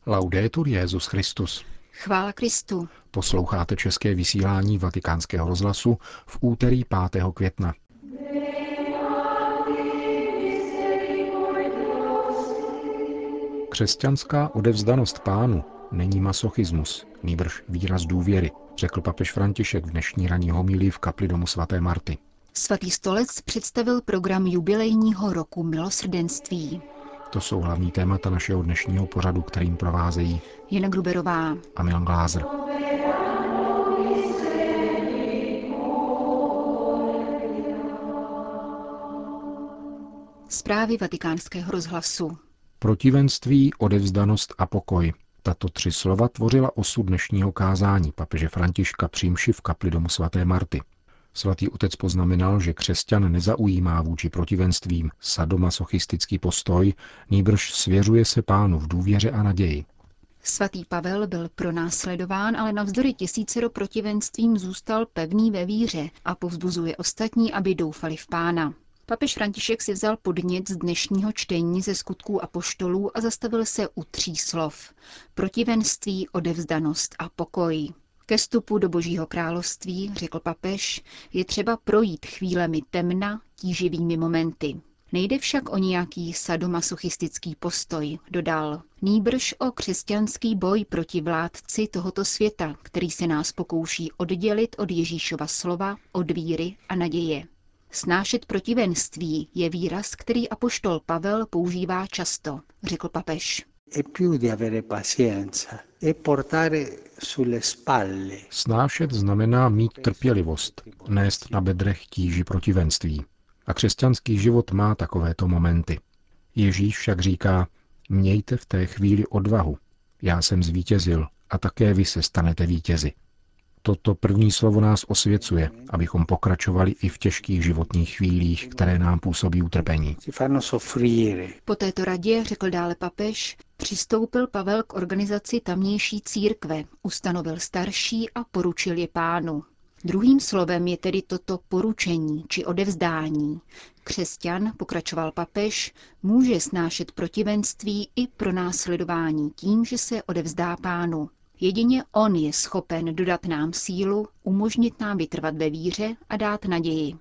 Laudetur Jesus Christus. Chvála Kristu. Posloucháte české vysílání Vatikánského rozhlasu v úterý 5. května. Křesťanská odevzdanost Pánu není masochismus, nýbrž výraz důvěry, řekl papež František v dnešní ranní homilii v kapli domu svaté Marty. Svatý stolec představil program jubilejního roku milosrdenství. To jsou hlavní témata našeho dnešního pořadu, kterým provázejí Jana Gruberová a Milan Glázer. Zprávy Vatikánského rozhlasu. Protivenství, odevzdanost a pokoj. Tato 3 slova tvořila osud dnešního kázání papeže Františka při mši v kapli domu svaté Marty. Svatý otec poznamenal, že křesťan nezaujímá vůči protivenstvím sadomasochistický postoj, nýbrž svěřuje se Pánu v důvěře a naději. Svatý Pavel byl pronásledován, ale navzdory tisícero protivenstvím zůstal pevný ve víře a povzbuzuje ostatní, aby doufali v Pána. Papež František si vzal podnět z dnešního čtení ze Skutků apoštolů a zastavil se u 3 slov. Protivenství, odevzdanost a pokoj. Ke vstupu do Božího království, řekl papež, je třeba projít chvílemi temna, tíživými momenty. Nejde však o nějaký sadomasochistický postoj, dodal. Nýbrž o křesťanský boj proti vládci tohoto světa, který se nás pokouší oddělit od Ježíšova slova, od víry a naděje. Snášet protivenství je výraz, který apoštol Pavel používá často, řekl papež. Snášet znamená mít trpělivost, nést na bedrech tíži protivenství. A křesťanský život má takovéto momenty. Ježíš však říká, mějte v té chvíli odvahu. Já jsem zvítězil a také vy se stanete vítězi. Toto první slovo nás osvěcuje, abychom pokračovali i v těžkých životních chvílích, které nám působí utrpení. Po této radě, řekl dále papež, přistoupil Pavel k organizaci tamnější církve, ustanovil starší a poručil je Pánu. Druhým slovem je tedy toto poručení či odevzdání. Křesťan, pokračoval papež, může snášet protivenství i pronásledování tím, že se odevzdá Pánu. Jedině on je schopen dodat nám sílu, umožnit nám vytrvat ve víře a dát naději.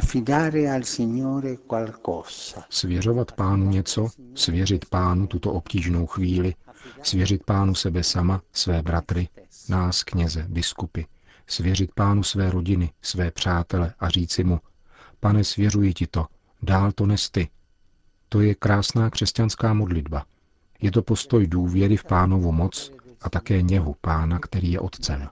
Svěřovat Pánu něco, svěřit Pánu tuto obtížnou chvíli, svěřit Pánu sebe sama, své bratry, nás, kněze, biskupy, svěřit Pánu své rodiny, své přátele a říci mu, Pane, svěřuji ti to, dál to nes ty. To je krásná křesťanská modlitba. Je to postoj důvěry v Pánovu moc a také něhu Pána, který je Otcem.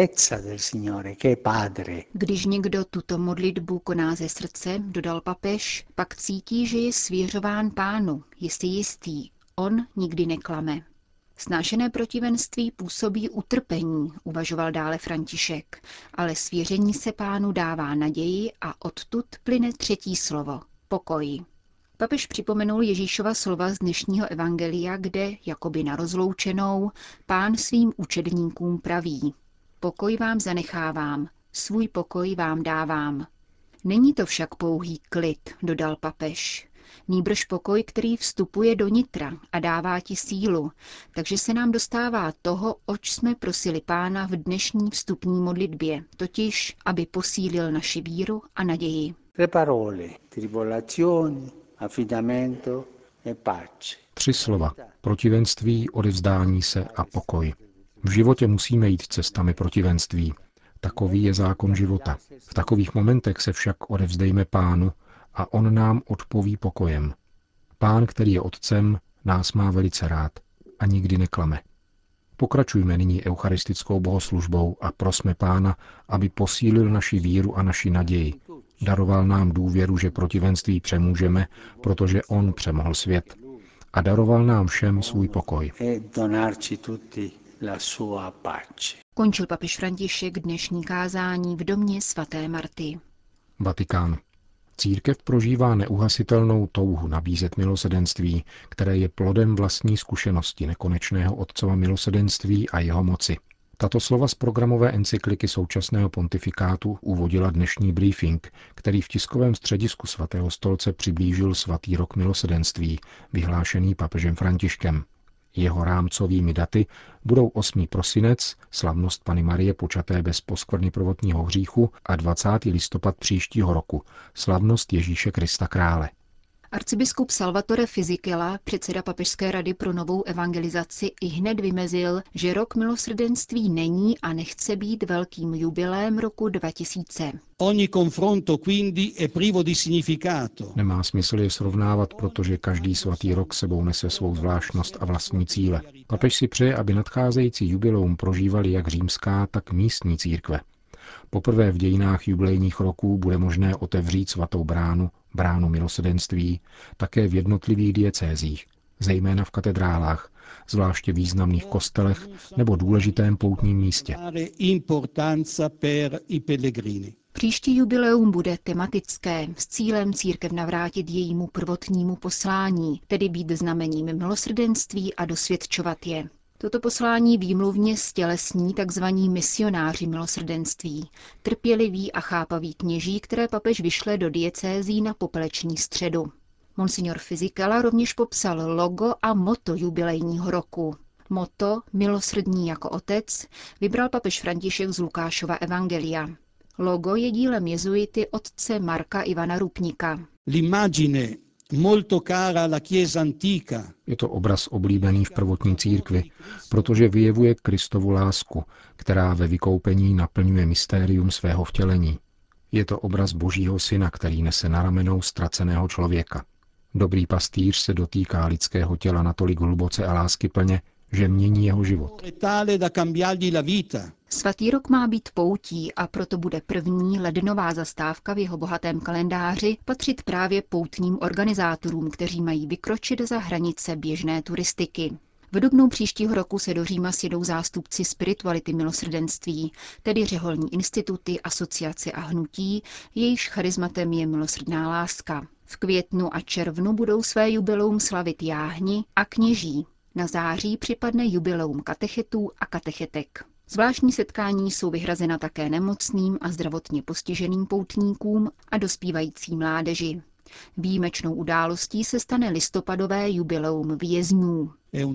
Když někdo tuto modlitbu koná ze srdce, dodal papež, pak cítí, že je svěřován Pánu, je si jistý, on nikdy neklame. Snášené protivenství působí utrpení, uvažoval dále František, ale svěření se Pánu dává naději a odtud plyne 3. slovo – pokoj. Papež připomenul Ježíšova slova z dnešního evangelia, kde, jakoby na rozloučenou, Pán svým učedníkům praví: Pokoj vám zanechávám, svůj pokoj vám dávám. Není to však pouhý klid, dodal papež. Nýbrž pokoj, který vstupuje do nitra a dává ti sílu, takže se nám dostává toho, oč jsme prosili Pána v dnešní vstupní modlitbě, totiž, aby posílil naši víru a naději. 3 slova. Protivenství, odevzdání se a pokoj. V životě musíme jít cestami protivenství. Takový je zákon života. V takových momentech se však odevzdejme Pánu a on nám odpoví pokojem. Pán, který je Otcem, nás má velice rád a nikdy neklame. Pokračujme nyní eucharistickou bohoslužbou a prosme Pána, aby posílil naši víru a naši naději. Daroval nám důvěru, že protivenství přemůžeme, protože on přemohl svět. A daroval nám všem svůj pokoj. Končil papež František dnešní kázání v domě svaté Marty. Vatikán. Církev prožívá neuhasitelnou touhu nabízet milosrdenství, které je plodem vlastní zkušenosti nekonečného Otcova milosrdenství a jeho moci. Tato slova z programové encykliky současného pontifikátu uvodila dnešní briefing, který v tiskovém středisku svatého stolce přiblížil svatý rok milosrdenství, vyhlášený papežem Františkem. Jeho rámcovými daty budou 8. prosinec, slavnost Panny Marie počaté bez poskvrny prvotního hříchu, a 20. listopad příštího roku, slavnost Ježíše Krista Krále. Arcibiskup Salvatore Fisichella, předseda Papežské rady pro novou evangelizaci, ihned vymezil, že rok milosrdenství není a nechce být velkým jubileem roku 2000. Nemá smysl je srovnávat, protože každý svatý rok sebou nese svou zvláštnost a vlastní cíle. Papež si přeje, aby nadcházející jubileum prožívali jak římská, tak místní církve. Poprvé v dějinách jubilejních roků bude možné otevřít svatou bránu, bránu milosrdenství, také v jednotlivých diecézích, zejména v katedrálách, zvláště významných kostelech nebo důležitém poutním místě. Příští jubileum bude tematické, s cílem církev navrátit jejímu prvotnímu poslání, tedy být znamením milosrdenství a dosvědčovat je. Toto poslání výmluvně stělesní tzv. Misionáři milosrdenství, trpěliví a chápaví kněží, které papež vyšle do diecézí na popeleční středu. Monsignor Fisichella rovněž popsal logo a motto jubilejního roku. Motto Milosrdný jako otec vybral papež František z Lukášova evangelia. Logo je dílem jezuity otce Marka Ivana Rupnika. Je to obraz oblíbený v prvotní církvi, protože vyjevuje Kristovu lásku, která ve vykoupení naplňuje mystérium svého vtělení. Je to obraz Božího syna, který nese na ramenou ztraceného člověka. Dobrý pastýř se dotýká lidského těla natolik hluboce a láskyplně, že mění jeho život. Svatý rok má být poutí a proto bude první lednová zastávka v jeho bohatém kalendáři patřit právě poutním organizátorům, kteří mají vykročit za hranice běžné turistiky. V dubnu příštího roku se do Říma sjedou zástupci spirituality milosrdenství, tedy řeholní instituty, asociace a hnutí, jejichž charizmatem je milosrdná láska. V květnu a červnu budou své jubileum slavit jáhni a kněží. Na září připadne jubileum katechetů a katechetek. Zvláštní setkání jsou vyhrazena také nemocným a zdravotně postiženým poutníkům a dospívající mládeži. Výjimečnou událostí se stane listopadové jubileum vězňů.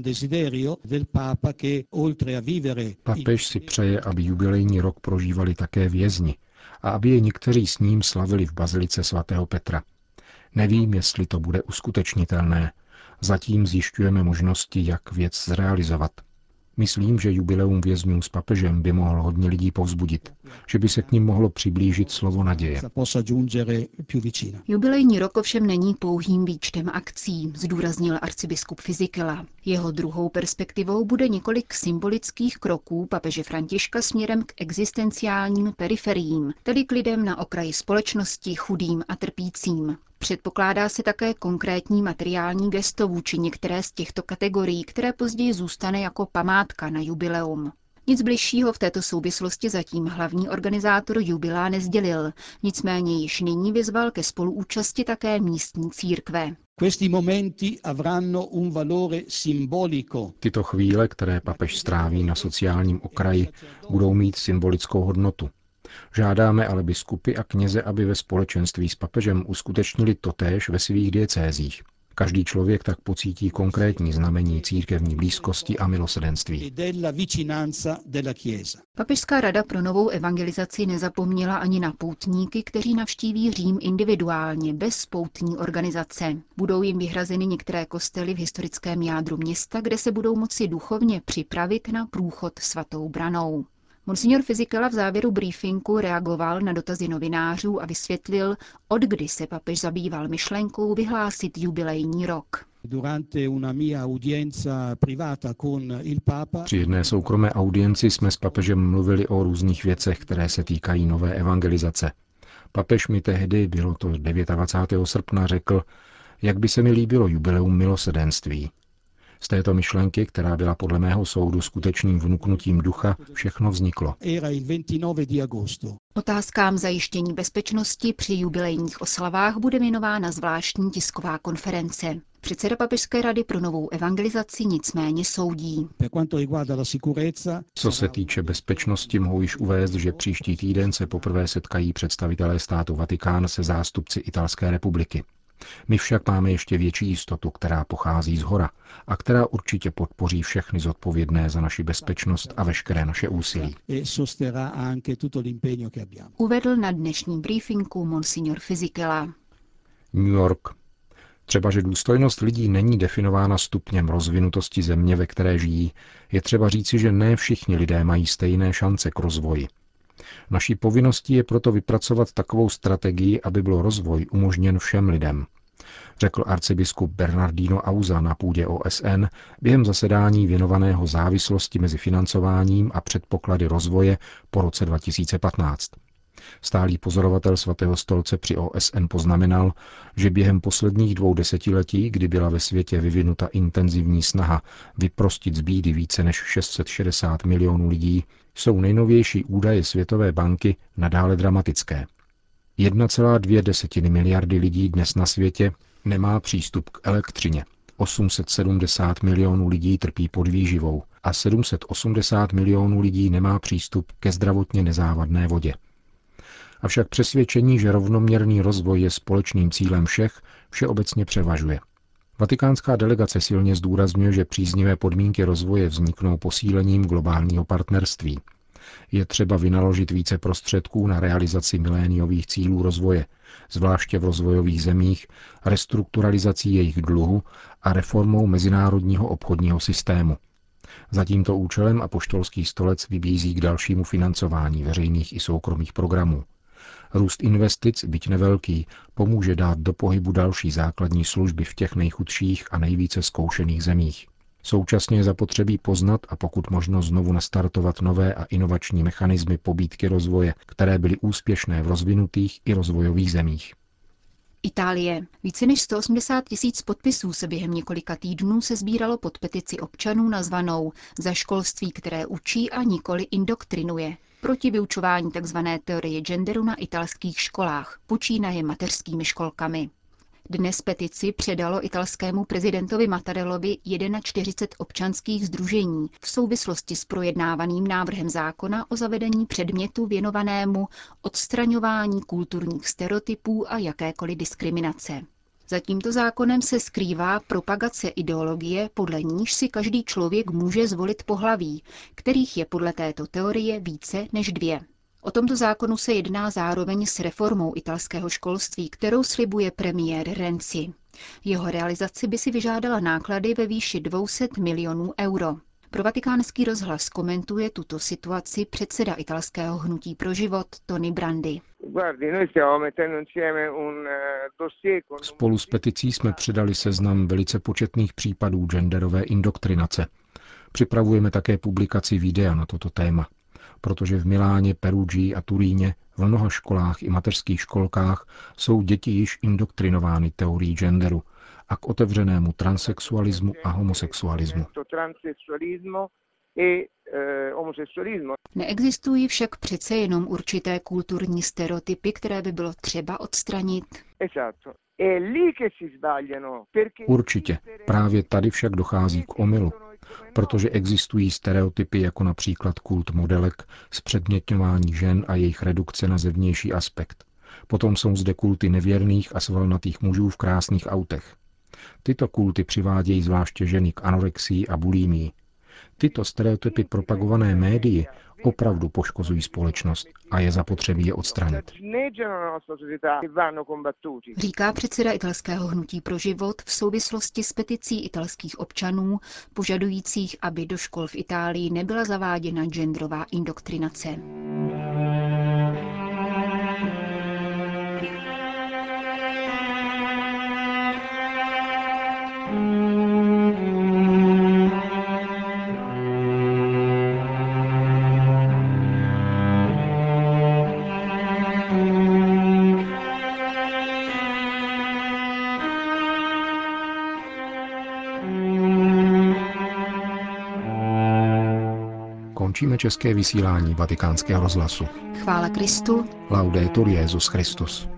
Papež si přeje, aby jubilejní rok prožívali také vězni a aby je někteří s ním slavili v bazilice svatého Petra. Nevím, jestli to bude uskutečnitelné. Zatím zjišťujeme možnosti, jak věc zrealizovat. Myslím, že jubileum vězňů s papežem by mohl hodně lidí povzbudit, že by se k nim mohlo přiblížit slovo naděje. Jubilejní rok ovšem není pouhým výčtem akcí, zdůraznil arcibiskup Fisichella. Jeho druhou perspektivou bude několik symbolických kroků papeže Františka směrem k existenciálním periferiím, tedy k lidem na okraji společnosti, chudým a trpícím. Předpokládá se také konkrétní materiální gesto vůči některé z těchto kategorií, které později zůstane jako památka na jubileum. Nic bližšího v této souvislosti zatím hlavní organizátor jubilea nesdělil, nicméně již nyní vyzval ke spoluúčasti také místní církve. Tyto chvíle, které papež stráví na sociálním okraji, budou mít symbolickou hodnotu. Žádáme ale biskupy a kněze, aby ve společenství s papežem uskutečnili totéž ve svých diecézích. Každý člověk tak pocítí konkrétní znamení církevní blízkosti a milosrdenství. Papežská rada pro novou evangelizaci nezapomněla ani na poutníky, kteří navštíví Řím individuálně, bez poutní organizace. Budou jim vyhrazeny některé kostely v historickém jádru města, kde se budou moci duchovně připravit na průchod svatou branou. Monsignor Fisichella v závěru briefingu reagoval na dotazy novinářů a vysvětlil, odkdy se papež zabýval myšlenkou vyhlásit jubilejní rok. Při jedné soukromé audienci jsme s papežem mluvili o různých věcech, které se týkají nové evangelizace. Papež mi tehdy, bylo to 29. srpna, řekl, jak by se mi líbilo jubileum milosrdenství. Z této myšlenky, která byla podle mého soudu skutečným vnuknutím ducha, všechno vzniklo. Otázkám zajištění bezpečnosti při jubilejních oslavách bude věnována zvláštní tisková konference. Předseda Papežské rady pro novou evangelizaci nicméně soudí. Co se týče bezpečnosti, mohu již uvést, že příští týden se poprvé setkají představitelé státu Vatikán se zástupci Italské republiky. My však máme ještě větší jistotu, která pochází zhora a která určitě podpoří všechny zodpovědné za naši bezpečnost a veškeré naše úsilí. Uvedl na dnešním briefingu monsignor Fisichella. New York. Třeba, že důstojnost lidí není definována stupněm rozvinutosti země, ve které žijí, je třeba říci, že ne všichni lidé mají stejné šance k rozvoji. Naší povinností je proto vypracovat takovou strategii, aby byl rozvoj umožněn všem lidem, řekl arcibiskup Bernardino Auza na půdě OSN během zasedání věnovaného závislosti mezi financováním a předpoklady rozvoje po roce 2015. Stálý pozorovatel Svatého stolce při OSN poznamenal, že během posledních 2 desetiletí, kdy byla ve světě vyvinuta intenzivní snaha vyprostit z bídy více než 660 milionů lidí, jsou údaje Světové banky nadále dramatické. 1,2 miliardy lidí dnes na světě nemá přístup k elektřině, 870 milionů lidí trpí podvýživou a 780 milionů lidí nemá přístup ke zdravotně nezávadné vodě. Avšak přesvědčení, že rovnoměrný rozvoj je společným cílem všech, všeobecně převažuje. Vatikánská delegace silně zdůrazňuje, že příznivé podmínky rozvoje vzniknou posílením globálního partnerství. Je třeba vynaložit více prostředků na realizaci miléniových cílů rozvoje, zvláště v rozvojových zemích, restrukturalizací jejich dluhu a reformou mezinárodního obchodního systému. Za tímto účelem apoštolský stolec vybízí k dalšímu financování veřejných i soukromých programů. Růst investic, byť nevelký, pomůže dát do pohybu další základní služby v těch nejchudších a nejvíce zkoušených zemích. Současně je zapotřebí poznat a pokud možno znovu nastartovat nové a inovační mechanismy pobídky rozvoje, které byly úspěšné v rozvinutých i rozvojových zemích. Itálie. Více než 180 000 podpisů se během několika týdnů sesbíralo pod petici občanů nazvanou Za školství, které učí a nikoli indoktrinuje, proti vyučování tzv. Teorie genderu na italských školách, počínaje mateřskými školkami. Dnes petici předalo italskému prezidentovi Mattarellovi 41 občanských sdružení v souvislosti s projednávaným návrhem zákona o zavedení předmětu věnovanému odstraňování kulturních stereotypů a jakékoliv diskriminace. Za tímto zákonem se skrývá propagace ideologie, podle níž si každý člověk může zvolit pohlaví, kterých je podle této teorie více než 2. O tomto zákonu se jedná zároveň s reformou italského školství, kterou slibuje premiér Renzi. Jeho realizaci by si vyžádala náklady ve výši 200 milionů euro. Pro Vatikánský rozhlas komentuje tuto situaci předseda italského hnutí pro život Tony Brandi. Spolu s peticí jsme předali seznam velice početných případů genderové indoktrinace. Připravujeme také publikaci videa na toto téma, protože v Miláně, Perugii a Turíně v mnoha školách i mateřských školkách jsou děti již indoktrinovány teorií genderu a k otevřenému transsexualismu a homosexualismu. Neexistují však přece jenom určité kulturní stereotypy, které by bylo třeba odstranit? Určitě. Právě tady však dochází k omylu, protože existují stereotypy jako například kult modelek, zpředmětňování žen a jejich redukce na zevnější aspekt. Potom jsou zde kulty nevěrných a svalnatých mužů v krásných autech. Tyto kulty přivádějí zvláště ženy k anorexii a bulimii. Tyto stereotypy propagované médii opravdu poškozují společnost a je zapotřebí je odstranit. Říká předseda italského hnutí pro život v souvislosti s peticí italských občanů, požadujících, aby do škol v Itálii nebyla zaváděna genderová indoktrinace. Končíme české vysílání Vatikánského rozhlasu. Chvála Kristu. Laudetur Jesus Christus.